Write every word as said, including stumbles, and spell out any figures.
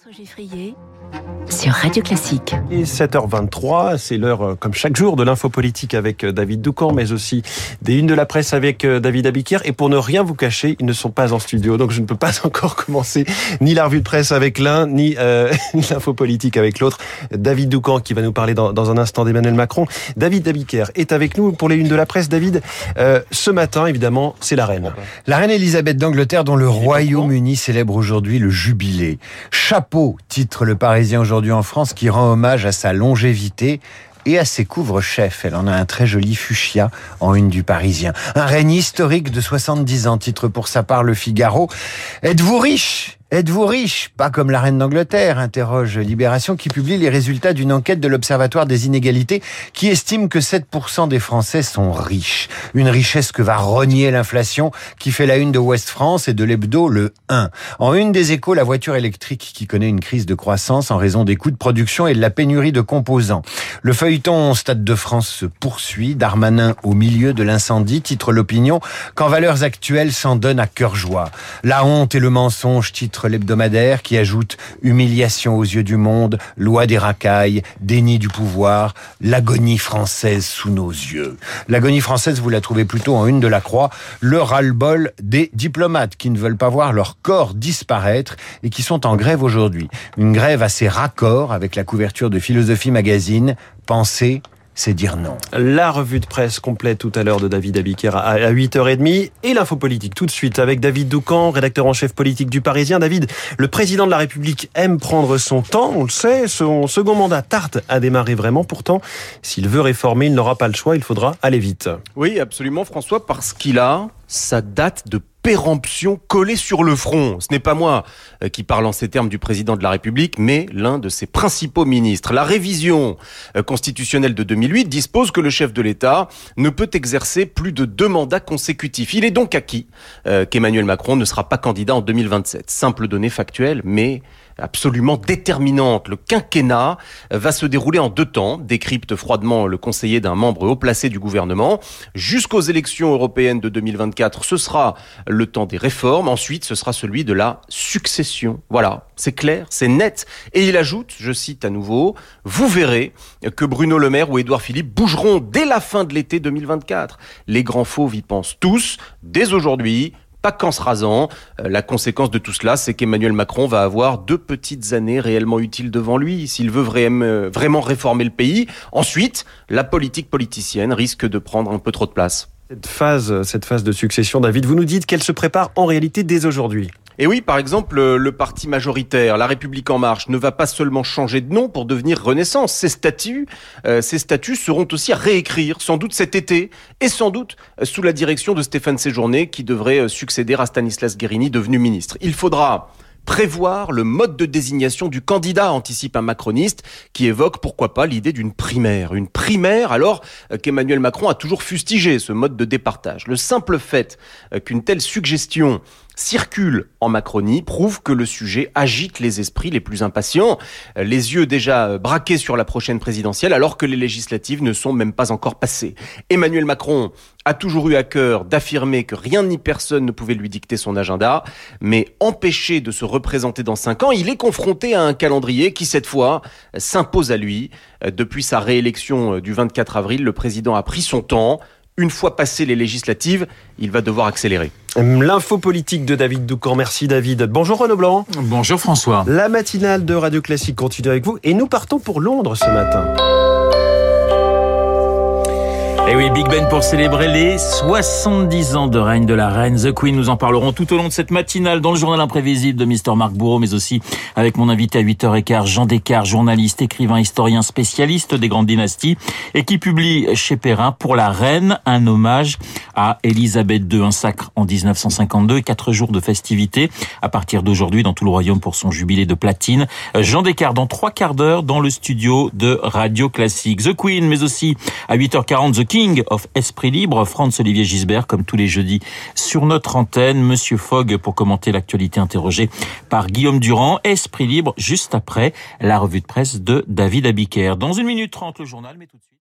François Geffrier sur Radio Classique. Et sept heures vingt-trois, c'est l'heure, comme chaque jour, de l'info politique avec David Doucan, mais aussi des unes de la presse avec David Abiquière. Et pour ne rien vous cacher, ils ne sont pas en studio, donc je ne peux pas encore commencer ni la revue de presse avec l'un, ni euh, l'info politique avec l'autre. David Doucan qui va nous parler dans, dans un instant d'Emmanuel Macron. David Abiquière est avec nous pour les unes de la presse. David, euh, ce matin, évidemment, c'est la reine. La reine Elisabeth d'Angleterre, dont le Royaume-Uni célèbre aujourd'hui le jubilé. Chapeau, titre Le Parisien aujourd'hui en France, qui rend hommage à sa longévité et à ses couvre-chefs. Elle en a un très joli fuchsia en une du Parisien. Un règne historique de soixante-dix ans, titre pour sa part Le Figaro. Êtes-vous riche ? Êtes-vous riche ? Pas comme la reine d'Angleterre, interroge Libération, qui publie les résultats d'une enquête de l'Observatoire des inégalités qui estime que sept pour cent des Français sont riches. Une richesse que va rogner l'inflation, qui fait la une de Ouest France et de l'hebdo Le un. En une des Échos, la voiture électrique qui connaît une crise de croissance en raison des coûts de production et de la pénurie de composants. Le feuilleton Stade de France se poursuit. Darmanin au milieu de l'incendie, titre l'Opinion, quand Valeurs Actuelles s'en donne à cœur joie. La honte et le mensonge, titre l'hebdomadaire, qui ajoute humiliation aux yeux du monde, loi des racailles, déni du pouvoir, l'agonie française sous nos yeux. L'agonie française, vous la trouvez plutôt en une de la Croix, le ras-le-bol des diplomates qui ne veulent pas voir leur corps disparaître et qui sont en grève aujourd'hui. Une grève assez raccord avec la couverture de Philosophie Magazine. Pensez, c'est dire non. La revue de presse complète tout à l'heure de David Abiquière à huit heures trente et l'info politique tout de suite avec David Doucan, rédacteur en chef politique du Parisien. David, le président de la République aime prendre son temps, on le sait, son second mandat tarde à démarrer vraiment. Pourtant, s'il veut réformer, il n'aura pas le choix, il faudra aller vite. Oui, absolument François, parce qu'il a sa date de péremption collée sur le front. Ce n'est pas moi qui parle en ces termes du président de la République, mais l'un de ses principaux ministres. La révision constitutionnelle de deux mille huit dispose que le chef de l'État ne peut exercer plus de deux mandats consécutifs. Il est donc acquis euh, qu'Emmanuel Macron ne sera pas candidat en deux mille vingt-sept. Simple donnée factuelle, mais absolument déterminante. Le quinquennat va se dérouler en deux temps, décrypte froidement le conseiller d'un membre haut placé du gouvernement. Jusqu'aux élections européennes de deux mille vingt-quatre, ce sera le temps des réformes. Ensuite, ce sera celui de la succession. Voilà, c'est clair, c'est net. Et il ajoute, je cite à nouveau, « Vous verrez que Bruno Le Maire ou Édouard Philippe bougeront dès la fin de l'été deux mille vingt-quatre. » Les grands fauves y pensent tous, dès aujourd'hui. Pas qu'en se rasant. La conséquence de tout cela, c'est qu'Emmanuel Macron va avoir deux petites années réellement utiles devant lui, s'il veut vraiment réformer le pays. Ensuite, la politique politicienne risque de prendre un peu trop de place. Cette phase, cette phase de succession, David, vous nous dites qu'elle se prépare en réalité dès aujourd'hui. Et oui, par exemple, le parti majoritaire, La République En Marche, ne va pas seulement changer de nom pour devenir Renaissance. Ses statuts, euh, ses statuts seront aussi à réécrire, sans doute cet été, et sans doute sous la direction de Stéphane Séjourné, qui devrait succéder à Stanislas Guerini, devenu ministre. Il faudra prévoir le mode de désignation du candidat, anticipe un macroniste qui évoque pourquoi pas l'idée d'une primaire. Une primaire alors qu'Emmanuel Macron a toujours fustigé ce mode de départage. Le simple fait qu'une telle suggestion circule en Macronie prouve que le sujet agite les esprits les plus impatients, les yeux déjà braqués sur la prochaine présidentielle alors que les législatives ne sont même pas encore passées. Emmanuel Macron a toujours eu à cœur d'affirmer que rien ni personne ne pouvait lui dicter son agenda, mais empêché de se représenter dans cinq ans, il est confronté à un calendrier qui cette fois s'impose à lui. Depuis sa réélection du vingt-quatre avril, le président a pris son temps. Une fois passées les législatives, il va devoir accélérer. L'info politique de David Doucan. Merci David. Bonjour Renaud Blanc. Bonjour François. La matinale de Radio Classique continue avec vous et nous partons pour Londres ce matin. Et oui, Big Ben pour célébrer les soixante-dix ans de règne de la reine The Queen. Nous en parlerons tout au long de cette matinale dans le journal imprévisible de Mister Marc Bourreau, mais aussi avec mon invité à huit heures quinze, Jean Descartes, journaliste, écrivain, historien, spécialiste des grandes dynasties et qui publie chez Perrin Pour la reine, un hommage à Élisabeth deux, un sacre en dix-neuf cent cinquante-deux, quatre jours de festivités à partir d'aujourd'hui dans tout le royaume pour son jubilé de platine. Jean Descartes dans trois quarts d'heure dans le studio de Radio Classique. The Queen, mais aussi à huit heures quarante, The King of Esprit Libre, Franz-Olivier Gisbert, comme tous les jeudis sur notre antenne. Monsieur Fogg pour commenter l'actualité interrogée par Guillaume Durand. Esprit Libre, juste après la revue de presse de David Abiquière. Dans une minute trente, le journal, mais tout de suite.